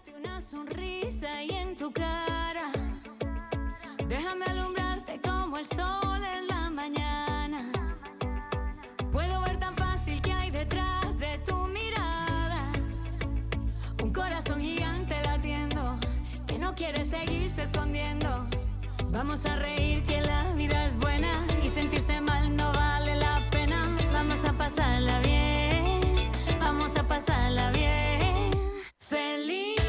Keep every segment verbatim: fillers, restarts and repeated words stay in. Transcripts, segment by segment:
Una sonrisa y en tu cara, déjame alumbrarte como el sol en la mañana. Puedo ver tan fácil que hay detrás de tu mirada. Un corazón gigante latiendo que no quiere seguirse escondiendo. Vamos a reír que la vida es buena y sentirse mal no vale la pena. Vamos a pasarla bien, vamos a pasarla bien. Feliz,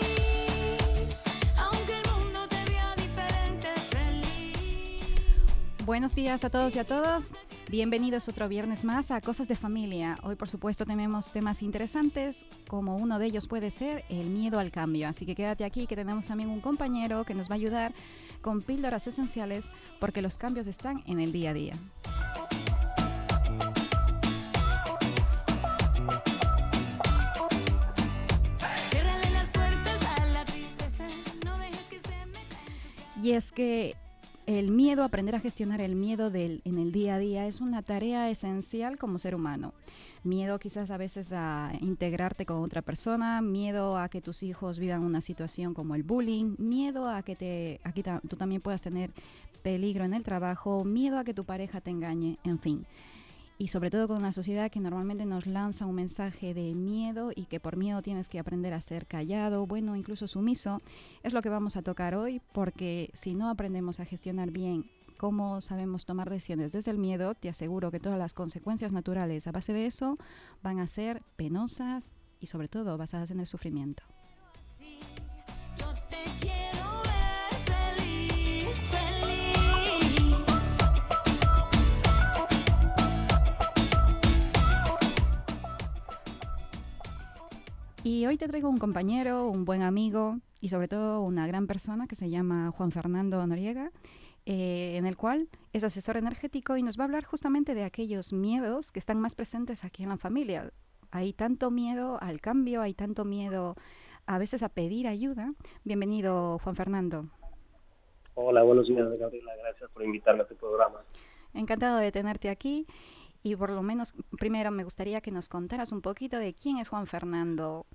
aunque el mundo te vea diferente, feliz. Buenos días a todos y a todas. Bienvenidos otro viernes más a Cosas de Familia. Hoy, por supuesto, tenemos temas interesantes, como uno de ellos puede ser el miedo al cambio. Así que quédate aquí, que tenemos también un compañero que nos va a ayudar con píldoras esenciales, porque los cambios están en el día a día. Ciérrale las puertas a la tristeza, no dejes que se meta. Y es que el miedo, aprender a gestionar el miedo del, en el día a día es una tarea esencial como ser humano. Miedo quizás a veces a integrarte con otra persona, miedo a que tus hijos vivan una situación como el bullying, miedo a que te, a que ta- tú también puedas tener peligro en el trabajo, miedo a que tu pareja te engañe, en fin. Y sobre todo con una sociedad que normalmente nos lanza un mensaje de miedo y que por miedo tienes que aprender a ser callado, bueno, incluso sumiso, es lo que vamos a tocar hoy, porque si no aprendemos a gestionar bien cómo sabemos tomar decisiones desde el miedo, te aseguro que todas las consecuencias naturales a base de eso van a ser penosas y sobre todo basadas en el sufrimiento. Sí, yo te quiero ver feliz, feliz. Y hoy te traigo un compañero, un buen amigo y sobre todo una gran persona que se llama Juan Fernando Noriega, eh, en el cual es asesor energético y nos va a hablar justamente de aquellos miedos que están más presentes aquí en la familia. Hay tanto miedo al cambio, hay tanto miedo a veces a pedir ayuda. Bienvenido, Juan Fernando. Hola, buenos días, Gabriela. Gracias por invitarme a tu programa. Encantado de tenerte aquí y por lo menos primero me gustaría que nos contaras un poquito de quién es Juan Fernando.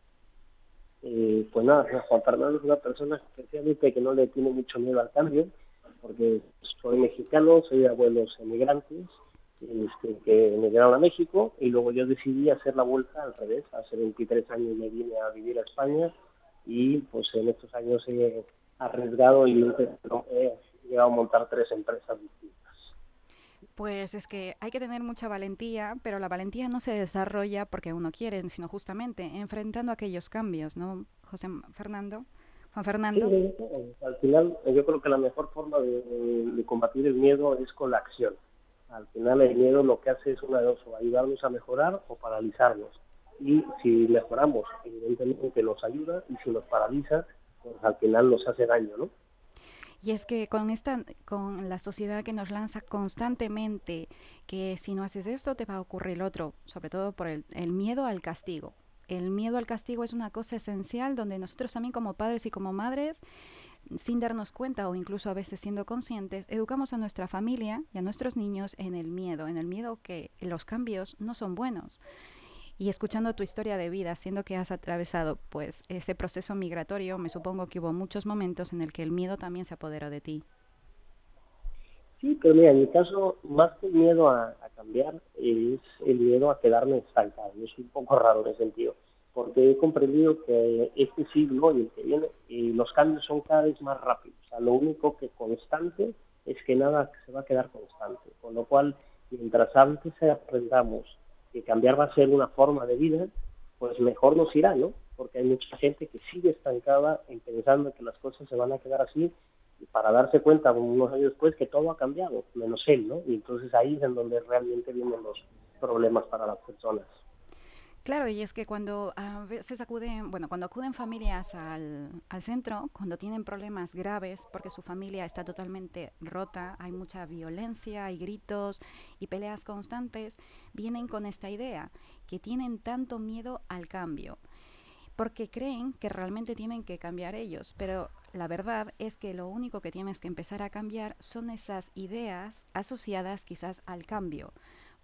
Eh, pues nada, Juan Fernando es una persona especialmente que no le tiene mucho miedo al cambio, porque soy mexicano, soy de abuelos emigrantes este, que emigraron a México y luego yo decidí hacer la vuelta al revés. Hace veintitrés años me vine a vivir a España y pues en estos años he arriesgado y he llegado a montar tres empresas distintas. Pues es que hay que tener mucha valentía, pero la valentía no se desarrolla porque uno quiere, sino justamente enfrentando aquellos cambios, ¿no, José Fernando? Juan Sí, Fernando. sí, sí. Al final yo creo que la mejor forma de, de combatir el miedo es con la acción. Al final el miedo lo que hace es una de dos, o ayudarnos a mejorar o paralizarnos. Y si mejoramos, evidentemente nos ayuda, y si nos paraliza, pues al final nos hace daño, ¿no? Y es que con esta, con la sociedad que nos lanza constantemente que si no haces esto te va a ocurrir lo otro, sobre todo por el, el miedo al castigo. El miedo al castigo es una cosa esencial donde nosotros también como padres y como madres, sin darnos cuenta o incluso a veces siendo conscientes, educamos a nuestra familia y a nuestros niños en el miedo, en el miedo que los cambios no son buenos. Y escuchando tu historia de vida, siendo que has atravesado pues ese proceso migratorio, me supongo que hubo muchos momentos en el que el miedo también se apoderó de ti. Sí, pero mira, en mi caso, más que el miedo a, a cambiar, es el miedo a quedarme estancado. Yo soy un poco raro en ese sentido, porque he comprendido que este siglo y el que viene, y los cambios son cada vez más rápidos. O sea, lo único que constante es que nada se va a quedar constante. Con lo cual, mientras antes aprendamos que cambiar va a ser una forma de vida, pues mejor nos irá, ¿no? Porque hay mucha gente que sigue estancada en pensando que las cosas se van a quedar así, y para darse cuenta unos años después que todo ha cambiado, menos él, ¿no? Y entonces ahí es en donde realmente vienen los problemas para las personas. Claro, y es que cuando a veces acuden, bueno, cuando acuden familias al, al centro, cuando tienen problemas graves porque su familia está totalmente rota, hay mucha violencia, hay gritos y peleas constantes, vienen con esta idea, que tienen tanto miedo al cambio, porque creen que realmente tienen que cambiar ellos, pero la verdad es que lo único que tienes que empezar a cambiar son esas ideas asociadas quizás al cambio.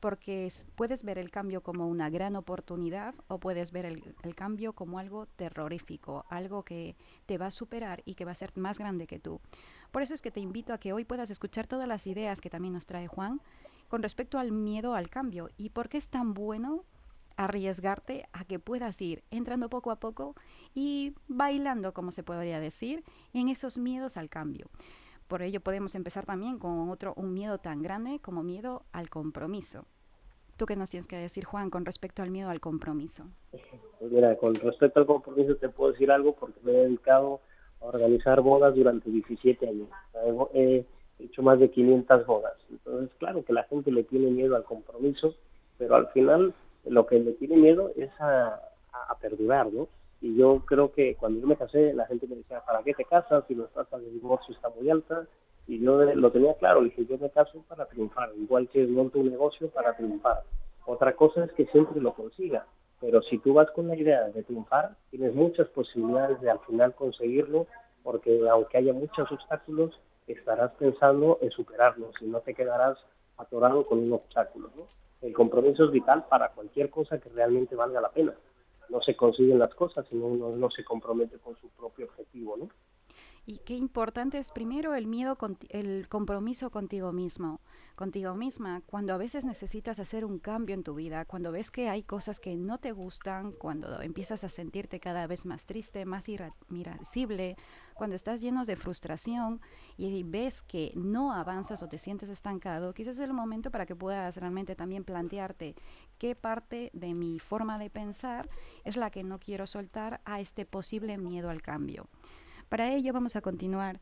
porque es- puedes ver el cambio como una gran oportunidad o puedes ver el, el cambio como algo terrorífico, algo que te va a superar y que va a ser más grande que tú. Por eso es que te invito a que hoy puedas escuchar todas las ideas que también nos trae Juan con respecto al miedo al cambio y por qué es tan bueno arriesgarte a que puedas ir entrando poco a poco y bailando, como se podría decir, en esos miedos al cambio. Por ello podemos empezar también con otro, un miedo tan grande como miedo al compromiso. ¿Tú qué nos tienes que decir, Juan, con respecto al miedo al compromiso? Pues mira, con respecto al compromiso te puedo decir algo porque me he dedicado a organizar bodas durante diecisiete años. He hecho más de quinientas bodas. Entonces, claro que la gente le tiene miedo al compromiso, pero al final lo que le tiene miedo es a, a, a perdurar, ¿no? Y yo creo que cuando yo me casé, la gente me decía, ¿para qué te casas si la tasa de divorcio está muy alta? Y yo lo tenía claro, dije, yo me caso para triunfar, igual que monto un negocio para triunfar. Otra cosa es que siempre lo consiga, pero si tú vas con la idea de triunfar, tienes muchas posibilidades de al final conseguirlo, porque aunque haya muchos obstáculos, estarás pensando en superarlos y no te quedarás atorado con un obstáculo, ¿no? El compromiso es vital para cualquier cosa que realmente valga la pena. No se consiguen las cosas si uno no se compromete con su propio objetivo, ¿no? Y qué importante es primero el miedo, conti- el compromiso contigo mismo, contigo misma, cuando a veces necesitas hacer un cambio en tu vida, cuando ves que hay cosas que no te gustan, cuando empiezas a sentirte cada vez más triste, más ira- irascible, cuando estás lleno de frustración y ves que no avanzas o te sientes estancado, quizás es el momento para que puedas realmente también plantearte qué parte de mi forma de pensar es la que no quiero soltar a este posible miedo al cambio. Para ello vamos a continuar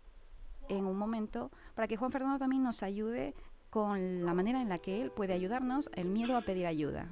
en un momento para que Juan Fernando también nos ayude con la manera en la que él puede ayudarnos el miedo a pedir ayuda.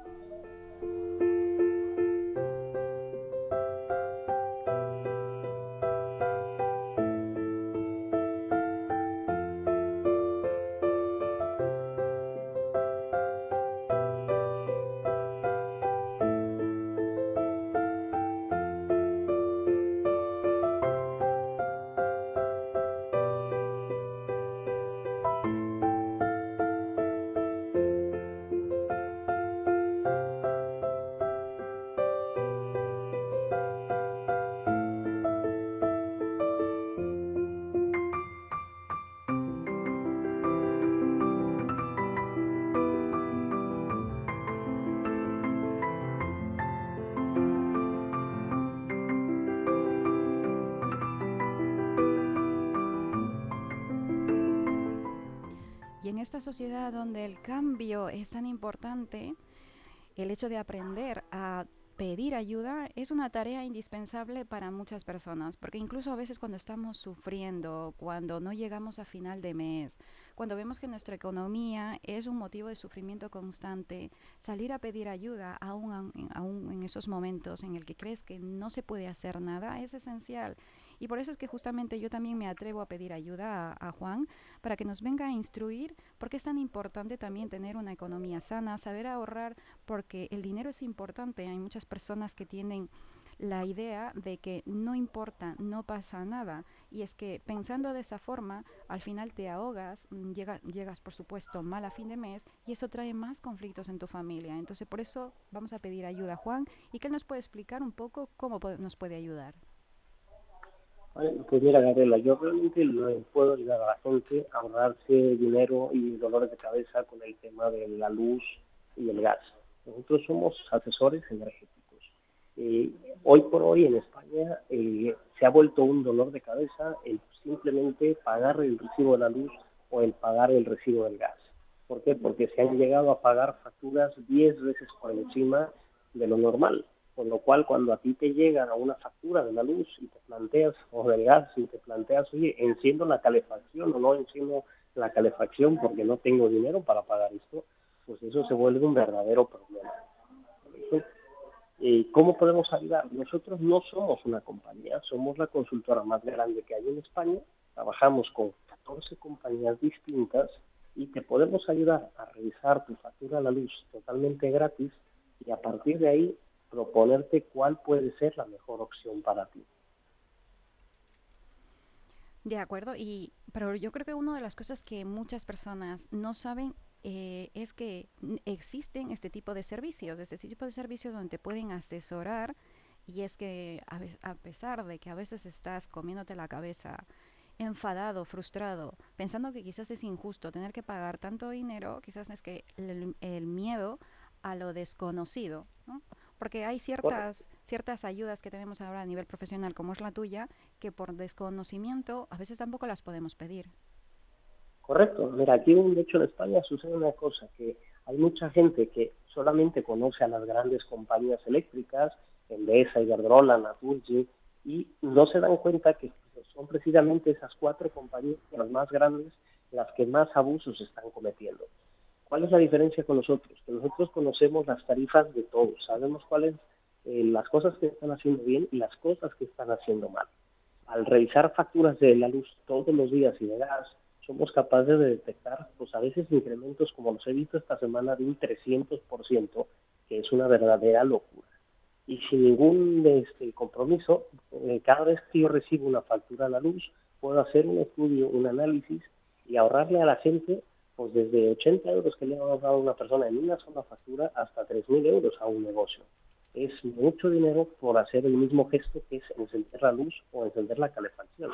Y en esta sociedad donde el cambio es tan importante, el hecho de aprender a pedir ayuda es una tarea indispensable para muchas personas, porque incluso a veces cuando estamos sufriendo, cuando no llegamos a final de mes, cuando vemos que nuestra economía es un motivo de sufrimiento constante, salir a pedir ayuda aún, aún en esos momentos en el que crees que no se puede hacer nada es esencial. Y por eso es que justamente yo también me atrevo a pedir ayuda a, a Juan para que nos venga a instruir por qué es tan importante también tener una economía sana, saber ahorrar, porque el dinero es importante. Hay muchas personas que tienen la idea de que no importa, no pasa nada. Y es que pensando de esa forma, al final te ahogas, llega, llegas por supuesto mal a fin de mes y eso trae más conflictos en tu familia. Entonces por eso vamos a pedir ayuda a Juan y que él nos puede explicar un poco cómo puede, nos puede ayudar. Bueno, pues mira, Gabriela, yo realmente le puedo ayudar a la gente a ahorrarse dinero y dolores de cabeza con el tema de la luz y el gas. Nosotros somos asesores energéticos. Eh, hoy por hoy en España eh, se ha vuelto un dolor de cabeza el simplemente pagar el recibo de la luz o el pagar el recibo del gas. ¿Por qué? Porque se han llegado a pagar facturas diez veces por encima de lo normal. Con lo cual, cuando a ti te llega una factura de la luz y te planteas, o del gas, y te planteas, oye, enciendo la calefacción o no enciendo la calefacción porque no tengo dinero para pagar esto, pues eso se vuelve un verdadero problema. Eh, ¿Cómo podemos ayudar? Nosotros no somos una compañía, somos la consultora más grande que hay en España, trabajamos con catorce compañías distintas y te podemos ayudar a revisar tu factura a la luz totalmente gratis y a partir de ahí proponerte cuál puede ser la mejor opción para ti. De acuerdo, y pero yo creo que una de las cosas que muchas personas no saben eh, es que n- existen este tipo de servicios, este tipo de servicios donde te pueden asesorar y es que a, ve- a pesar de que a veces estás comiéndote la cabeza, enfadado, frustrado, pensando que quizás es injusto tener que pagar tanto dinero, quizás es que el, el miedo a lo desconocido, ¿no? Porque hay Correcto. ciertas, ciertas ayudas que tenemos ahora a nivel profesional, como es la tuya, que por desconocimiento a veces tampoco las podemos pedir. Correcto. Mira, aquí de hecho en España sucede una cosa, que hay mucha gente que solamente conoce a las grandes compañías eléctricas, Endesa, Iberdrola, Naturgy, y no se dan cuenta que son precisamente esas cuatro compañías las más grandes las que más abusos están cometiendo. ¿Cuál es la diferencia con nosotros? Que nosotros conocemos las tarifas de todos, sabemos cuáles eh, las cosas que están haciendo bien y las cosas que están haciendo mal. Al revisar facturas de la luz todos los días y de gas, somos capaces de detectar, pues a veces incrementos como los he visto esta semana de un trescientos por ciento, que es una verdadera locura. Y sin ningún este, compromiso, eh, cada vez que yo recibo una factura a la luz, puedo hacer un estudio, un análisis y ahorrarle a la gente, pues desde ochenta euros que le ha ahorrado a una persona en una sola factura hasta tres mil euros a un negocio. Es mucho dinero por hacer el mismo gesto que es encender la luz o encender la calefacción.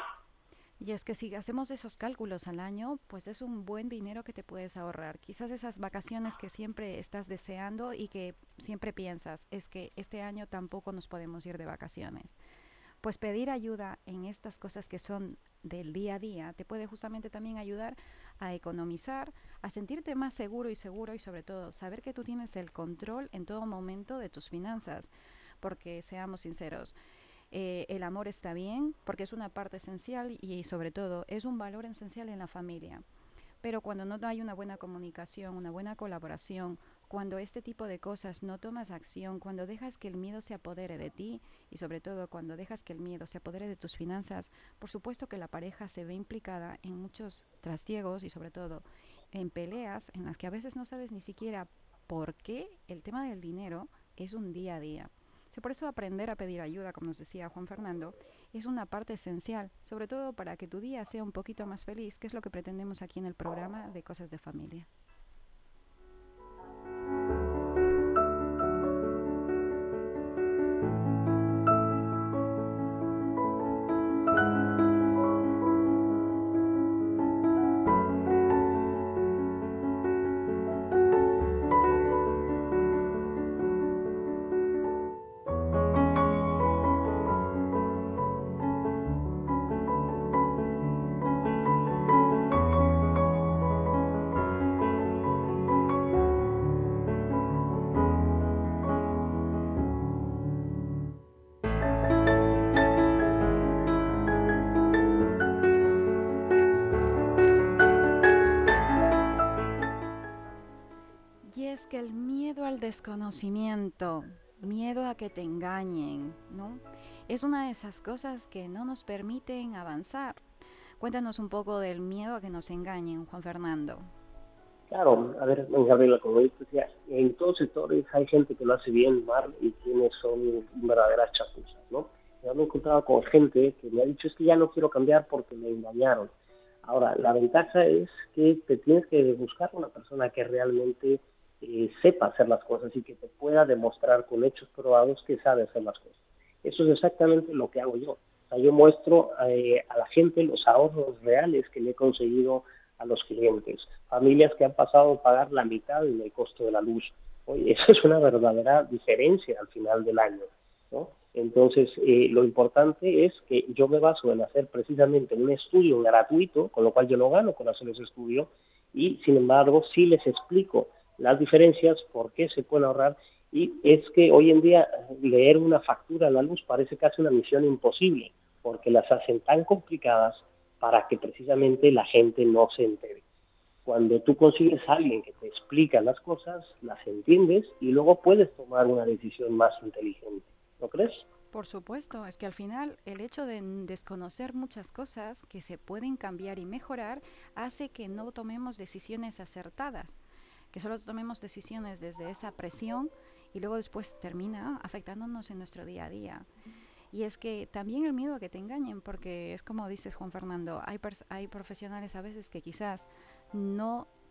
Y es que si hacemos esos cálculos al año, pues es un buen dinero que te puedes ahorrar. Quizás esas vacaciones que siempre estás deseando y que siempre piensas, es que este año tampoco nos podemos ir de vacaciones. Pues pedir ayuda en estas cosas que son del día a día te puede justamente también ayudar a economizar, a sentirte más seguro y seguro y sobre todo saber que tú tienes el control en todo momento de tus finanzas. Porque seamos sinceros, eh, el amor está bien porque es una parte esencial y sobre todo es un valor esencial en la familia. Pero cuando no hay una buena comunicación, una buena colaboración, cuando este tipo de cosas no tomas acción, cuando dejas que el miedo se apodere de ti y sobre todo cuando dejas que el miedo se apodere de tus finanzas, por supuesto que la pareja se ve implicada en muchos trastiegos y sobre todo en peleas en las que a veces no sabes ni siquiera por qué el tema del dinero es un día a día. So, por eso aprender a pedir ayuda, como nos decía Juan Fernando, es una parte esencial, sobre todo para que tu día sea un poquito más feliz, que es lo que pretendemos aquí en el programa de Cosas de Familia. Y es que el miedo al desconocimiento, miedo a que te engañen, ¿no? Es una de esas cosas que no nos permiten avanzar. Cuéntanos un poco del miedo a que nos engañen, Juan Fernando. Claro, a ver, Gabriela, como yo te decía, en todos sectores hay gente que lo hace bien, mal, y quienes son verdaderas chapuzas, ¿no? Yo me he encontrado con gente que me ha dicho, es que ya no quiero cambiar porque me engañaron. Ahora, la ventaja es que te tienes que buscar una persona que realmente eh, sepa hacer las cosas y que te pueda demostrar con hechos probados que sabe hacer las cosas. Eso es exactamente lo que hago yo. O sea, yo muestro eh, a la gente los ahorros reales que le he conseguido a los clientes, familias que han pasado a pagar la mitad en el costo de la luz. Oye, eso es una verdadera diferencia al final del año, ¿no? Entonces, eh, lo importante es que yo me baso en hacer precisamente un estudio gratuito, con lo cual yo no gano con hacer ese estudio, y sin embargo sí les explico las diferencias, por qué se puede ahorrar, y es que hoy en día leer una factura a la luz parece casi una misión imposible, porque las hacen tan complicadas para que precisamente la gente no se entere. Cuando tú consigues a alguien que te explica las cosas, las entiendes y luego puedes tomar una decisión más inteligente. ¿No crees? Por supuesto, es que al final el hecho de desconocer muchas cosas que se pueden cambiar y mejorar hace que no tomemos decisiones acertadas, que solo tomemos decisiones desde esa presión y luego después termina afectándonos en nuestro día a día. Y es que también el miedo a que te engañen, porque es como dices Juan Fernando, hay, hay profesionales a veces que quizás no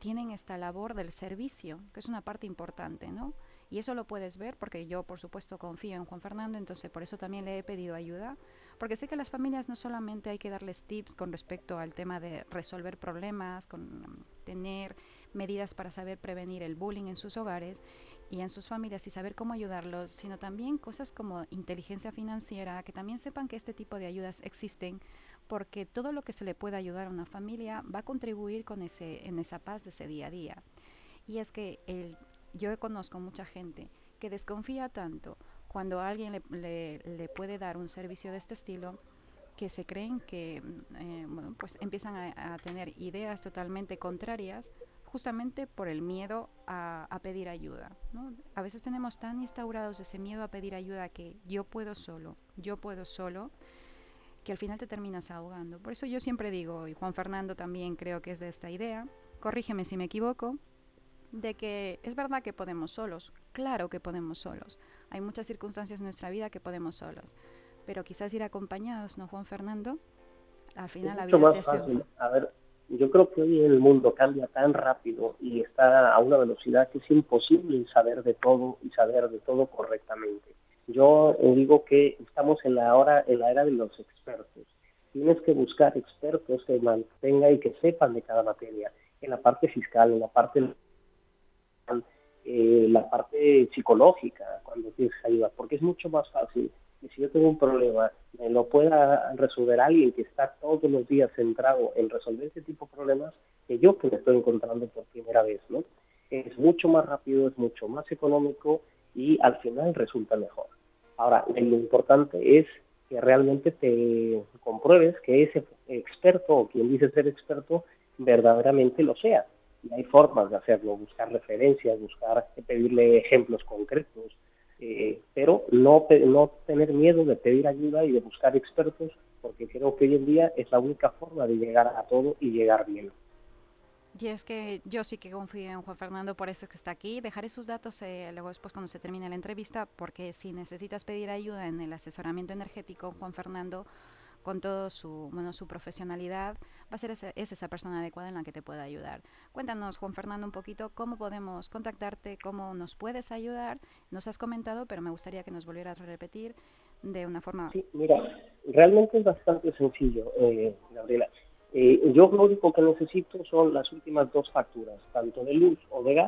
tienen esta labor del servicio, que es una parte importante, ¿no? Y eso lo puedes ver porque yo, por supuesto, confío en Juan Fernando, entonces por eso también le he pedido ayuda, porque sé que a las familias no solamente hay que darles tips con respecto al tema de resolver problemas, con um, tener medidas para saber prevenir el bullying en sus hogares y en sus familias y saber cómo ayudarlos, sino también cosas como inteligencia financiera, que también sepan que este tipo de ayudas existen, porque todo lo que se le pueda ayudar a una familia va a contribuir con ese, en esa paz de ese día a día. Y es que el, yo conozco mucha gente que desconfía tanto cuando alguien le, le, le puede dar un servicio de este estilo, que se creen que eh, bueno, pues empiezan a, a tener ideas totalmente contrarias justamente por el miedo a, a pedir ayuda, ¿no? A veces tenemos tan instaurados ese miedo a pedir ayuda que yo puedo solo, yo puedo solo, que al final te terminas ahogando. Por eso yo siempre digo, y Juan Fernando también creo que es de esta idea, corrígeme si me equivoco, de que es verdad que podemos solos, claro que podemos solos. Hay muchas circunstancias en nuestra vida que podemos solos, pero quizás ir acompañados, ¿no, Juan Fernando? Al Es final la mucho vida más te hace... fácil. A ver, yo creo que hoy el mundo cambia tan rápido y está a una velocidad que es imposible saber de todo y saber de todo correctamente. Yo eh, digo que estamos en la hora, en la era de los expertos. Tienes que buscar expertos que mantengan y que sepan de cada materia, en la parte fiscal, en la parte eh, la parte psicológica cuando tienes ayuda, porque es mucho más fácil que si yo tengo un problema me lo pueda resolver alguien que está todos los días centrado en resolver ese tipo de problemas que yo que me estoy encontrando por primera vez, ¿no? Es mucho más rápido, es mucho más económico y al final resulta mejor. Ahora, lo importante es que realmente te compruebes que ese experto o quien dice ser experto verdaderamente lo sea. Y hay formas de hacerlo, buscar referencias, buscar pedirle ejemplos concretos, eh, pero no, no tener miedo de pedir ayuda y de buscar expertos, porque creo que hoy en día es la única forma de llegar a todo y llegar bien. Y es que yo sí que confío en Juan Fernando, por eso es que está aquí. Dejaré sus datos eh, luego después cuando se termine la entrevista, porque si necesitas pedir ayuda en el asesoramiento energético, Juan Fernando, con todo su, bueno, su profesionalidad, va a ser ese, es esa persona adecuada en la que te pueda ayudar. Cuéntanos, Juan Fernando, un poquito cómo podemos contactarte, cómo nos puedes ayudar. Nos has comentado, pero me gustaría que nos volvieras a repetir de una forma... Sí, mira, realmente es bastante sencillo, eh, Gabriela. Eh, yo lo único que necesito son las últimas dos facturas, tanto de luz o de gas,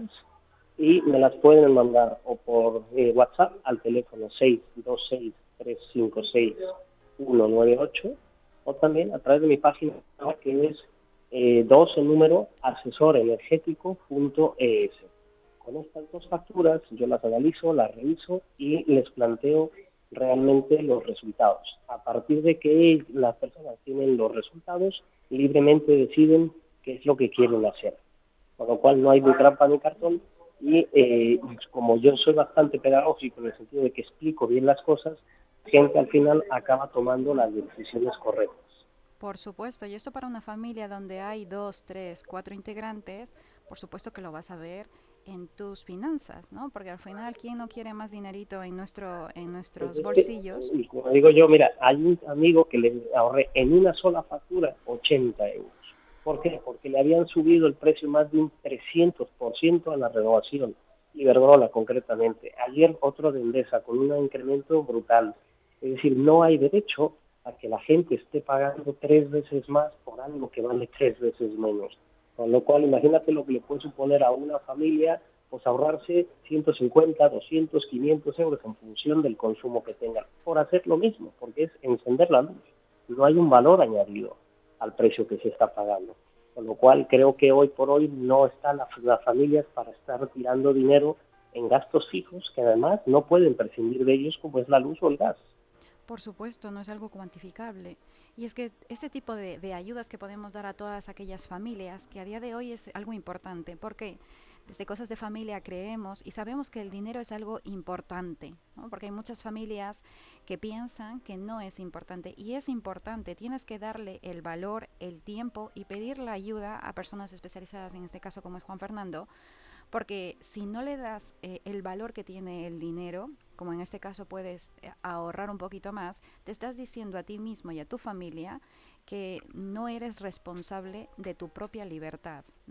y me las pueden mandar o por eh, WhatsApp al teléfono seis dos seis, tres cinco seis, uno nueve ocho o también a través de mi página que es eh, dos el número asesorenergético punto es. Con estas dos facturas yo las analizo, las reviso y les planteo realmente los resultados. A partir de que las personas tienen los resultados, libremente deciden qué es lo que quieren hacer. Con lo cual no hay ni trampa ni cartón y eh, como yo soy bastante pedagógico en el sentido de que explico bien las cosas, gente al final acaba tomando las decisiones correctas. Por supuesto, y esto para una familia donde hay dos, tres, cuatro integrantes, por supuesto que lo vas a ver en tus finanzas, ¿no? Porque al final, ¿quién no quiere más dinerito en nuestro, en nuestros bolsillos? Y como digo yo, mira, hay un amigo que le ahorré en una sola factura ochenta euros. ¿Por qué? Porque le habían subido el precio más de un trescientos por ciento a la renovación, Iberdrola concretamente. Ayer otro de Endesa con un incremento brutal. Es decir, no hay derecho a que la gente esté pagando tres veces más por algo que vale tres veces menos. Con lo cual, imagínate lo que le puede suponer a una familia pues ahorrarse ciento cincuenta, doscientos, quinientos euros en función del consumo que tengan, por hacer lo mismo, porque es encender la luz. No hay un valor añadido al precio que se está pagando. Con lo cual, creo que hoy por hoy no están las, las familias para estar tirando dinero en gastos fijos, que además no pueden prescindir de ellos, como es la luz o el gas. Por supuesto, no es algo cuantificable. Y es que ese tipo de, de ayudas que podemos dar a todas aquellas familias, que a día de hoy es algo importante, porque desde Cosas de Familia creemos y sabemos que el dinero es algo importante, ¿no? Porque hay muchas familias que piensan que no es importante, y es importante. Tienes que darle el valor, el tiempo y pedir la ayuda a personas especializadas, en este caso como es Juan Fernando, porque si no le das eh, el valor que tiene el dinero, como en este caso puedes eh, ahorrar un poquito más, te estás diciendo a ti mismo y a tu familia que no eres responsable de tu propia libertad, ¿no?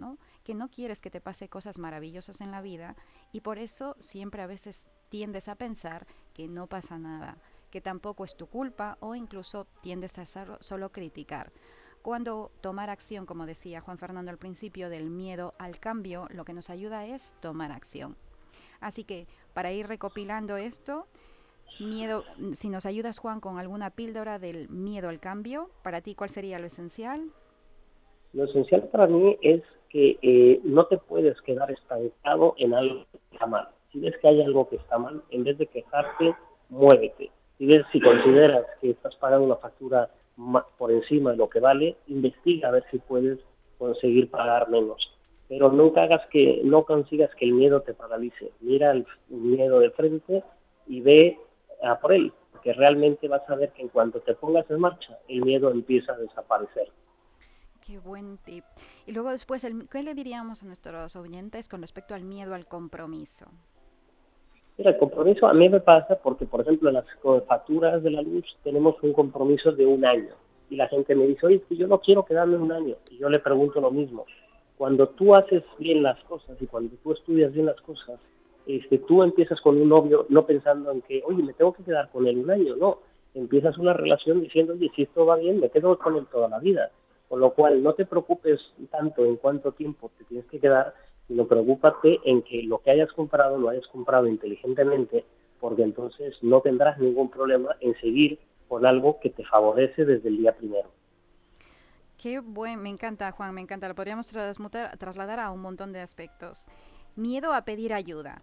que no quieres que te pase cosas maravillosas en la vida y por eso siempre a veces tiendes a pensar que no pasa nada, que tampoco es tu culpa o incluso tiendes a hacer, solo criticar. Cuando tomar acción, como decía Juan Fernando al principio, del miedo al cambio, lo que nos ayuda es tomar acción. Así que para ir recopilando esto, miedo, si nos ayudas Juan con alguna píldora del miedo al cambio, para ti ¿cuál sería lo esencial? Lo esencial para mí es que eh, no te puedes quedar estancado en algo que está mal. Si ves que hay algo que está mal, en vez de quejarte, muévete. Si ves, si consideras que estás pagando una factura por encima de lo que vale, investiga a ver si puedes conseguir pagar menos. Pero nunca hagas que, no consigas que el miedo te paralice. Mira el miedo de frente y ve a por él, porque realmente vas a ver que en cuanto te pongas en marcha, el miedo empieza a desaparecer. Qué buen tip. Y luego después, el, ¿qué le diríamos a nuestros oyentes con respecto al miedo al compromiso? Mira, el compromiso a mí me pasa porque, por ejemplo, en las facturas de la luz tenemos un compromiso de un año. Y la gente me dice, oye, que yo no quiero quedarme un año. Y yo le pregunto lo mismo. Cuando tú haces bien las cosas y cuando tú estudias bien las cosas, este, tú empiezas con un novio no pensando en que, oye, me tengo que quedar con él un año. No, empiezas una relación diciendo, oye, si esto va bien, me quedo con él toda la vida. Con lo cual, no te preocupes tanto en cuánto tiempo te tienes que quedar, sino preocúpate en que lo que hayas comprado lo hayas comprado inteligentemente, porque entonces no tendrás ningún problema en seguir con algo que te favorece desde el día primero. Qué buen, me encanta Juan, me encanta, lo podríamos transmutar, trasladar a un montón de aspectos. Miedo a pedir ayuda.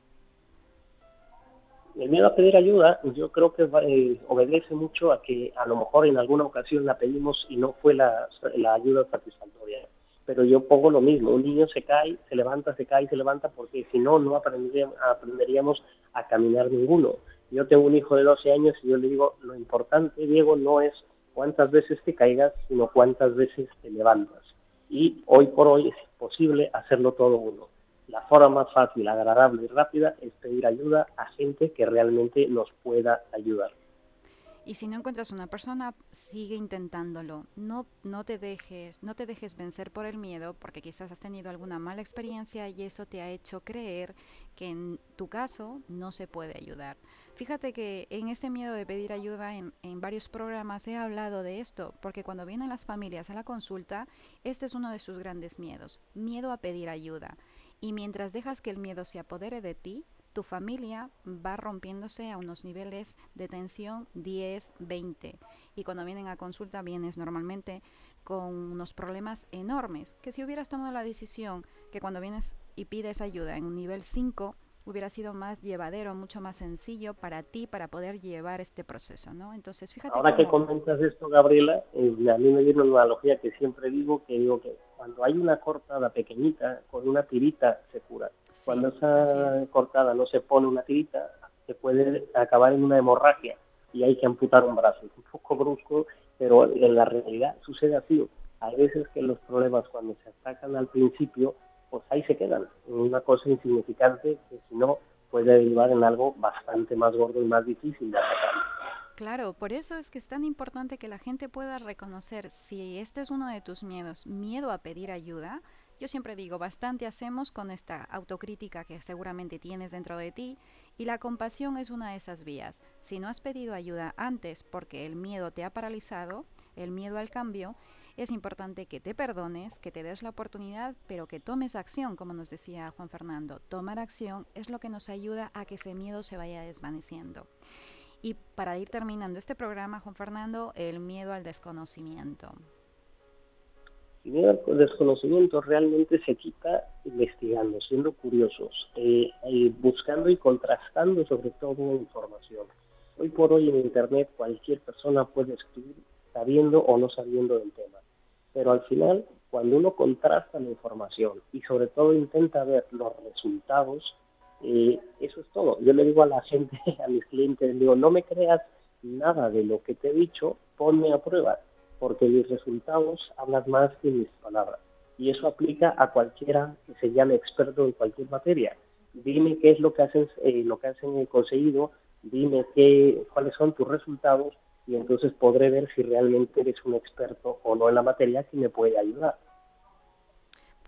El miedo a pedir ayuda, yo creo que eh, obedece mucho a que a lo mejor en alguna ocasión la pedimos y no fue la, la ayuda satisfactoria. Pero yo pongo lo mismo, un niño se cae, se levanta, se cae, se levanta, porque si no, no aprenderíamos, aprenderíamos a caminar ninguno. Yo tengo un hijo de doce años y yo le digo, lo importante, Diego, no es cuántas veces te caigas, sino cuántas veces te levantas. Y hoy por hoy es imposible hacerlo todo uno. La forma más fácil, agradable y rápida es pedir ayuda a gente que realmente nos pueda ayudar. Y si no encuentras una persona, sigue intentándolo. No, no te dejes, no te dejes vencer por el miedo, porque quizás has tenido alguna mala experiencia y eso te ha hecho creer que en tu caso no se puede ayudar. Fíjate que en ese miedo de pedir ayuda, en, en varios programas he hablado de esto, porque cuando vienen las familias a la consulta, este es uno de sus grandes miedos, miedo a pedir ayuda. Y mientras dejas que el miedo se apodere de ti, tu familia va rompiéndose a unos niveles de tensión diez, veinte. Y cuando vienen a consulta vienes normalmente con unos problemas enormes, que si hubieras tomado la decisión que cuando vienes y pides ayuda en un nivel cinco, hubiera sido más llevadero, mucho más sencillo para ti para poder llevar este proceso, ¿no? Entonces, fíjate Ahora cómo... que comentas esto, Gabriela, eh, a mí me viene una analogía que siempre digo, que digo que cuando hay una cortada pequeñita, con una tirita se cura. Sí, Cuando esa es. cortada no se pone una tirita, se puede acabar en una hemorragia y hay que amputar un brazo. Es un poco brusco, pero en la realidad sucede así. Hay veces que los problemas cuando se atacan al principio, pues ahí se quedan, en una cosa insignificante que si no puede derivar en algo bastante más gordo y más difícil de atacar. Claro, por eso es que es tan importante que la gente pueda reconocer si este es uno de tus miedos, miedo a pedir ayuda. Yo siempre digo, bastante hacemos con esta autocrítica que seguramente tienes dentro de ti y la compasión es una de esas vías. Si no has pedido ayuda antes porque el miedo te ha paralizado, el miedo al cambio, es importante que te perdones, que te des la oportunidad, pero que tomes acción, como nos decía Juan Fernando. Tomar acción es lo que nos ayuda a que ese miedo se vaya desvaneciendo. Y para ir terminando este programa, Juan Fernando, el miedo al desconocimiento. El miedo al desconocimiento realmente se quita investigando, siendo curiosos, eh, eh, buscando y contrastando sobre todo información. Hoy por hoy en Internet cualquier persona puede escribir sabiendo o no sabiendo del tema. Pero al final, cuando uno contrasta la información y sobre todo intenta ver los resultados, eh, eso es todo. Yo le digo a la gente, a mis clientes, les digo, no me creas nada de lo que te he dicho, ponme a prueba, porque mis resultados hablan más que mis palabras. Y eso aplica a cualquiera que se llame experto en cualquier materia. Dime qué es lo que hacen, eh, lo que hacen conseguido, dime qué, cuáles son tus resultados, y entonces podré ver si realmente eres un experto o no en la materia que me puede ayudar.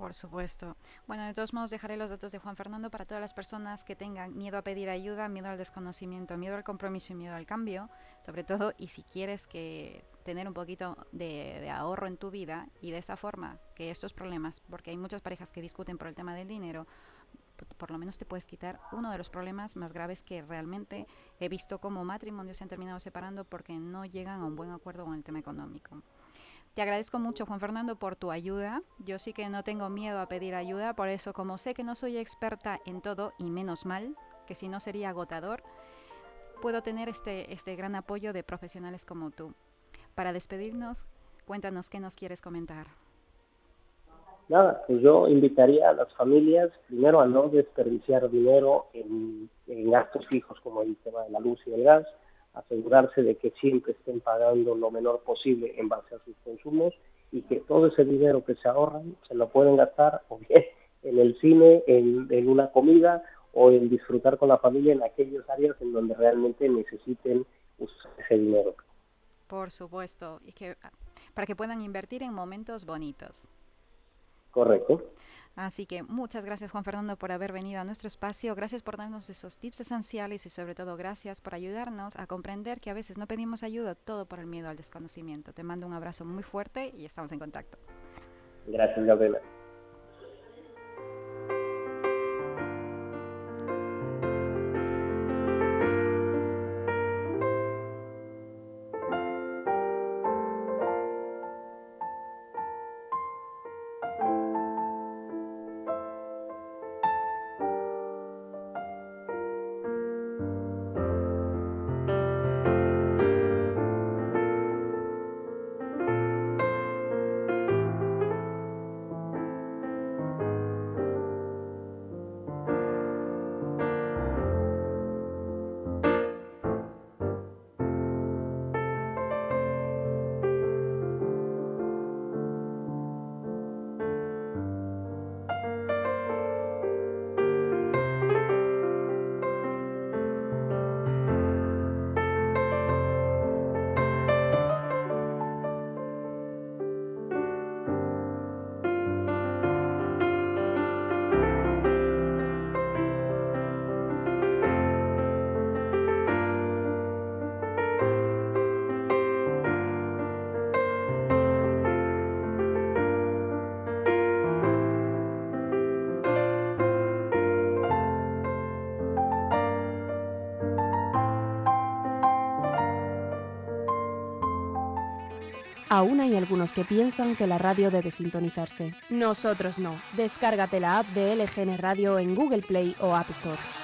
Por supuesto. Bueno, de todos modos dejaré los datos de Juan Fernando para todas las personas que tengan miedo a pedir ayuda, miedo al desconocimiento, miedo al compromiso y miedo al cambio, sobre todo, y si quieres que tener un poquito de, de ahorro en tu vida y de esa forma que estos problemas, porque hay muchas parejas que discuten por el tema del dinero, por lo menos te puedes quitar uno de los problemas más graves que realmente he visto como matrimonios se han terminado separando porque no llegan a un buen acuerdo con el tema económico. Te agradezco mucho, Juan Fernando, por tu ayuda. Yo sí que no tengo miedo a pedir ayuda, por eso como sé que no soy experta en todo, y menos mal, que si no sería agotador, puedo tener este, este gran apoyo de profesionales como tú. Para despedirnos, cuéntanos qué nos quieres comentar. Nada, pues yo invitaría a las familias primero a no desperdiciar dinero en, en gastos fijos como el tema de la luz y el gas, asegurarse de que siempre estén pagando lo menor posible en base a sus consumos y que todo ese dinero que se ahorran se lo pueden gastar o bien en el cine, en, en una comida o en disfrutar con la familia en aquellas áreas en donde realmente necesiten usar ese dinero. Por supuesto, y que para que puedan invertir en momentos bonitos. Correcto. Así que muchas gracias, Juan Fernando, por haber venido a nuestro espacio. Gracias por darnos esos tips esenciales y sobre todo gracias por ayudarnos a comprender que a veces no pedimos ayuda todo por el miedo al desconocimiento. Te mando un abrazo muy fuerte y estamos en contacto. Gracias, Gabriela. Aún hay algunos que piensan que la radio debe sintonizarse. Nosotros no. Descárgate la app de L G N Radio en Google Play o App Store.